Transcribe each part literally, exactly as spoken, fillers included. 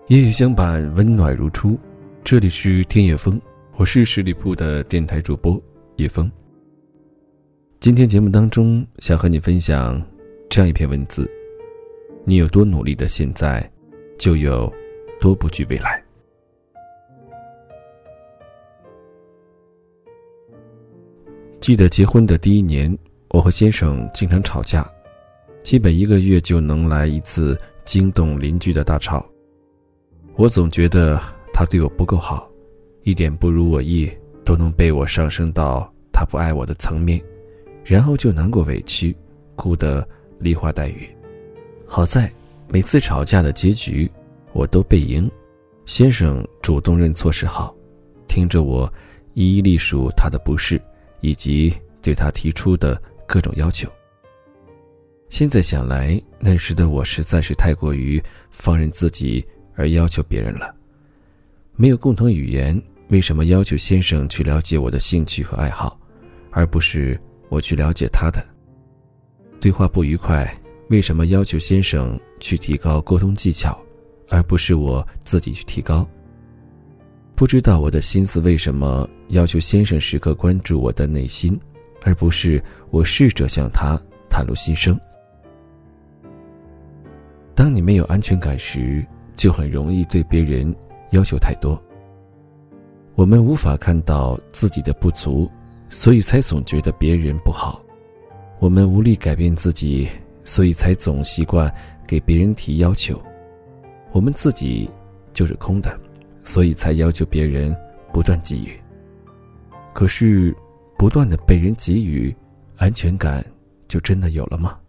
夜雨相伴，温暖如初。这里是天野风，我是十里铺的电台主播叶风。今天节目当中想和你分享这样一篇文字：你有多努力的现在，就有多不惧未来。记得结婚的第一年，我和先生经常吵架，基本一个月就能来一次惊动邻居的大吵。我总觉得他对我不够好，一点不如我意都能被我上升到他不爱我的层面，然后就难过委屈，哭得梨花带雨。好在每次吵架的结局我都被赢，先生主动认错是好，听着我一一历数他的不是，以及对他提出的各种要求。现在想来，那时的我实在是太过于放任自己而要求别人了。没有共同语言，为什么要求先生去了解我的兴趣和爱好，而不是我去了解他的？对话不愉快，为什么要求先生去提高沟通技巧，而不是我自己去提高？不知道我的心思为什么要求先生时刻关注我的内心，而不是我试着向他袒露心声？当你没有安全感时，就很容易对别人要求太多。我们无法看到自己的不足，所以才总觉得别人不好。我们无力改变自己，所以才总习惯给别人提要求。我们自己就是空的，所以才要求别人不断给予。可是不断的被人给予，安全感就真的有了吗？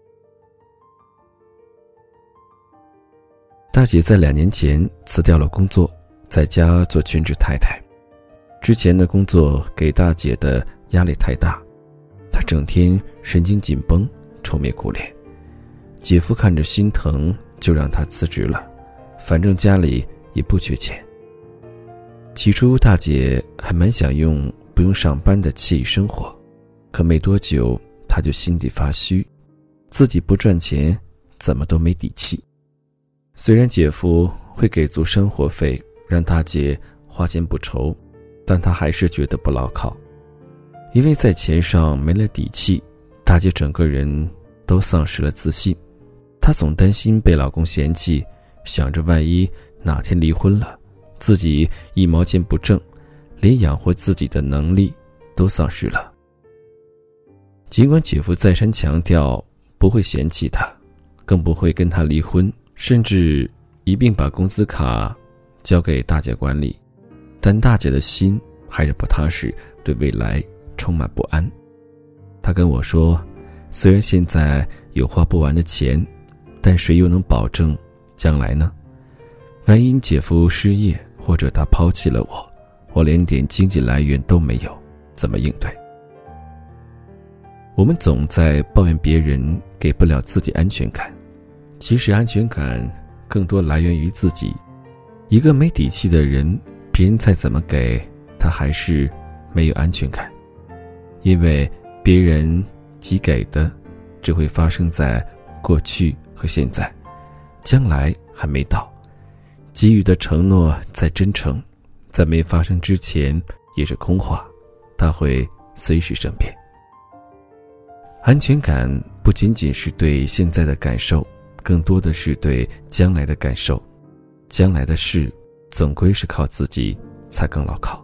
大姐在两年前辞掉了工作，在家做全职太太。之前的工作给大姐的压力太大，她整天神经紧绷，愁眉苦脸。姐夫看着心疼，就让她辞职了，反正家里也不缺钱。起初大姐还蛮想用不用上班的惬意生活，可没多久她就心底发虚，自己不赚钱怎么都没底气。虽然姐夫会给足生活费，让大姐花钱不愁，但她还是觉得不牢靠。因为在钱上没了底气，大姐整个人都丧失了自信。她总担心被老公嫌弃，想着万一哪天离婚了，自己一毛钱不挣，连养活自己的能力都丧失了。尽管姐夫再三强调不会嫌弃她，更不会跟她离婚，甚至一并把工资卡交给大姐管理，但大姐的心还是不踏实，对未来充满不安。她跟我说，虽然现在有花不完的钱，但谁又能保证将来呢？万一姐夫失业，或者他抛弃了我，我连点经济来源都没有，怎么应对？我们总在抱怨别人给不了自己安全感，其实安全感更多来源于自己。一个没底气的人，别人再怎么给，他还是没有安全感。因为别人给给的只会发生在过去和现在，将来还没到。给予的承诺再真诚，在没发生之前也是空话，它会随时生变。安全感不仅仅是对现在的感受，更多的是对将来的感受。将来的事总归是靠自己才更牢靠。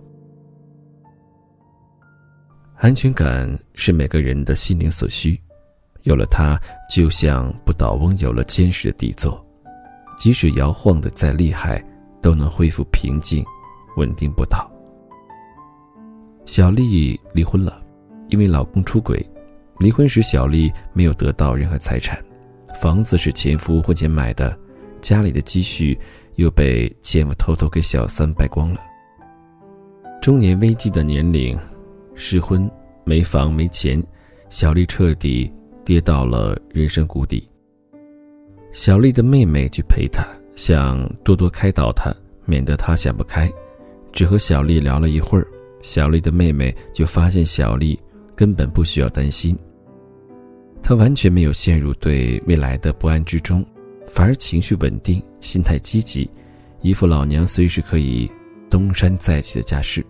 安全感是每个人的心灵所需，有了它，就像不倒翁有了坚实的底座，即使摇晃得再厉害，都能恢复平静，稳定不倒。小丽离婚了，因为老公出轨。离婚时小丽没有得到任何财产，房子是前夫婚前买的，家里的积蓄又被前夫偷偷给小三败光了。中年危机的年龄，失婚，没房没钱，小丽彻底跌到了人生谷底。小丽的妹妹去陪她，想多多开导她，免得她想不开。只和小丽聊了一会儿，小丽的妹妹就发现小丽根本不需要担心，她完全没有陷入对未来的不安之中，反而情绪稳定，心态积极， 一副老娘随时可以东山再起的架势。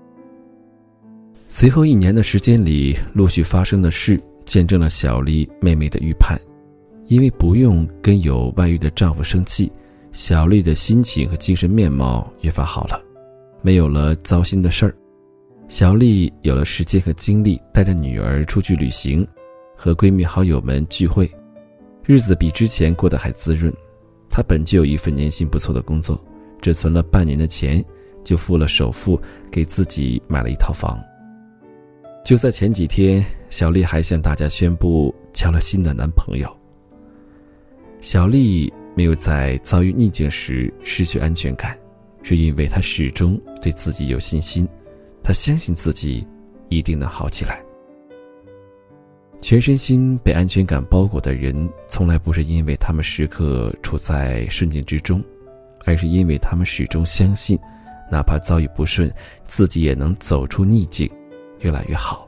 随后一年的时间里，陆续发生的事见证了小丽妹妹的预判。因为不用跟有外遇的丈夫生气，小丽的心情和精神面貌越发好了，没有了糟心的事儿。小丽有了时间和精力带着女儿出去旅行，和闺蜜好友们聚会，日子比之前过得还滋润。她本就有一份年薪不错的工作，只存了半年的钱，就付了首付，给自己买了一套房。就在前几天，小丽还向大家宣布交了新的男朋友。小丽没有在遭遇逆境时失去安全感，是因为她始终对自己有信心，她相信自己一定能好起来。全身心被安全感包裹的人，从来不是因为他们时刻处在顺境之中，而是因为他们始终相信，哪怕遭遇不顺，自己也能走出逆境，越来越好。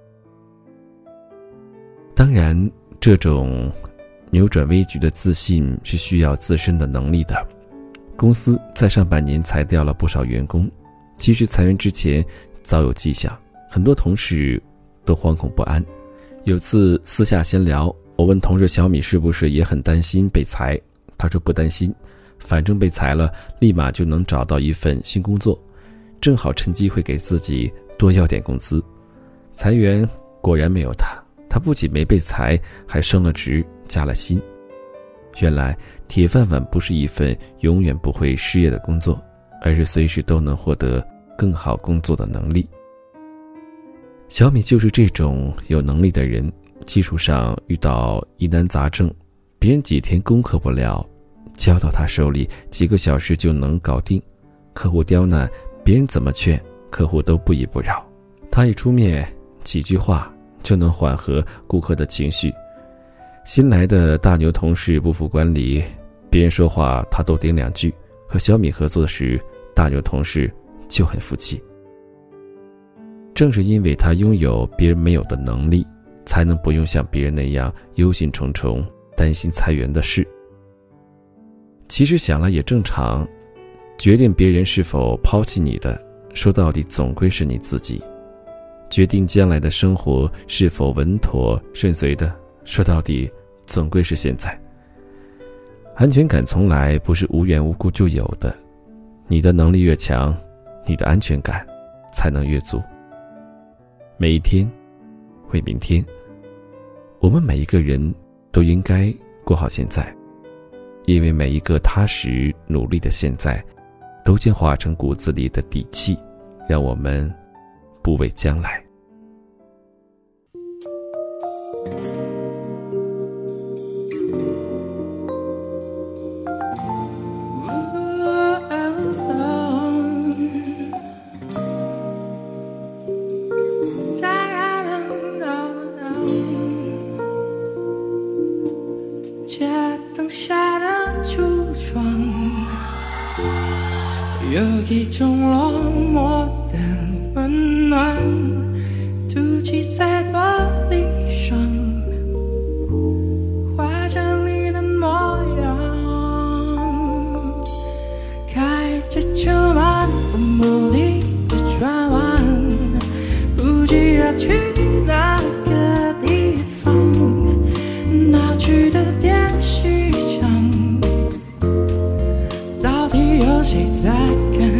当然，这种扭转危局的自信是需要自身的能力的。公司在上半年裁掉了不少员工，其实裁员之前早有迹象，很多同事都惶恐不安。有次私下闲聊，我问同事小米是不是也很担心被裁，他说不担心，反正被裁了立马就能找到一份新工作，正好趁机会给自己多要点工资。裁员果然没有他，他不仅没被裁，还升了职，加了薪。原来铁饭碗不是一份永远不会失业的工作，而是随时都能获得更好工作的能力。小米就是这种有能力的人，技术上遇到疑难杂症，别人几天攻克不了，交到他手里几个小时就能搞定。客户刁难，别人怎么劝，客户都不依不饶，他一出面，几句话就能缓和顾客的情绪。新来的大牛同事不服管理，别人说话他都顶两句。和小米合作时，大牛同事就很服气。正是因为他拥有别人没有的能力，才能不用像别人那样忧心忡忡，担心裁员的事。其实想了也正常，决定别人是否抛弃你的，说到底总归是你自己。决定将来的生活是否稳妥顺遂的，说到底总归是现在。安全感从来不是无缘无故就有的，你的能力越强，你的安全感才能越足。每一天为明天，我们每一个人都应该过好现在，因为每一个踏实努力的现在，都将化成骨子里的底气，让我们不畏将来。 街灯下的橱窗，有一种落寞的温暖，凸起在玻璃上，画着你的模样。开着车漫无目的的转弯，不知要去哪个地方，拿去的电视墙，到底有谁在看？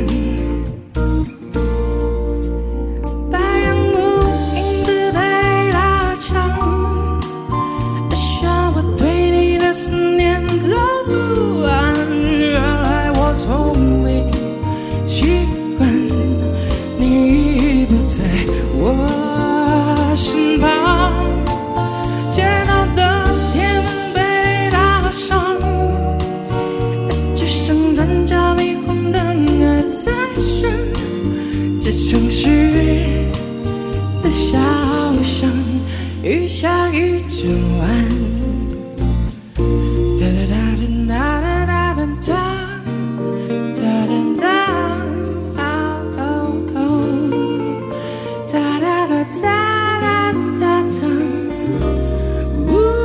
白杨木影子被拉长，像我对你的思念走不完。原来我从未习惯你不在我身旁，街道的天门被拉上，只剩转角霓虹灯还在闪。这城市的小巷，雨下一整晚。哒哒哒哒哒哒哒哒哒哒哒，哦哦哦，哒哒哒哒哒哒。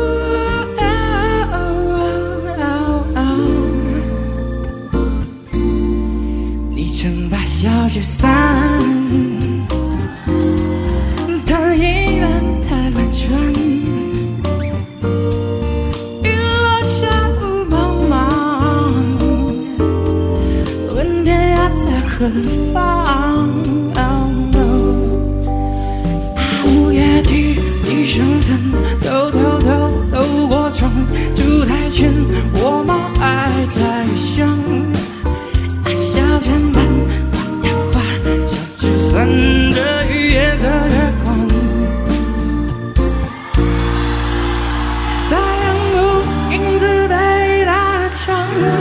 呜哦哦哦哦。 层，偷偷偷透过窗，烛台前我猫还在想，啊，小键盘画呀画，小纸伞着雨也着月光，白杨木影子被拉得长，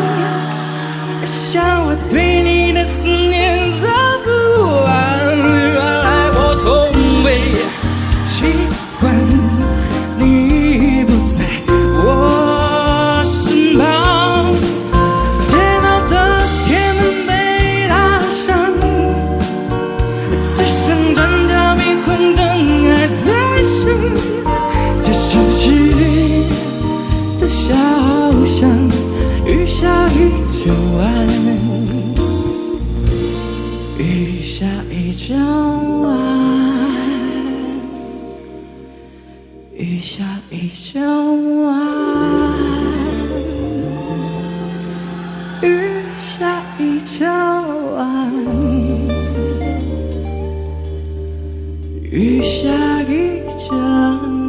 像我对你的思念走不完，原来我从未习惯你不在我身旁，街道的铁门被拉上，只剩转角霓虹灯还在闪，这城市的小巷雨下一整晚，雨下一整晚，雨下一整晚，雨下一整晚，雨下一整晚。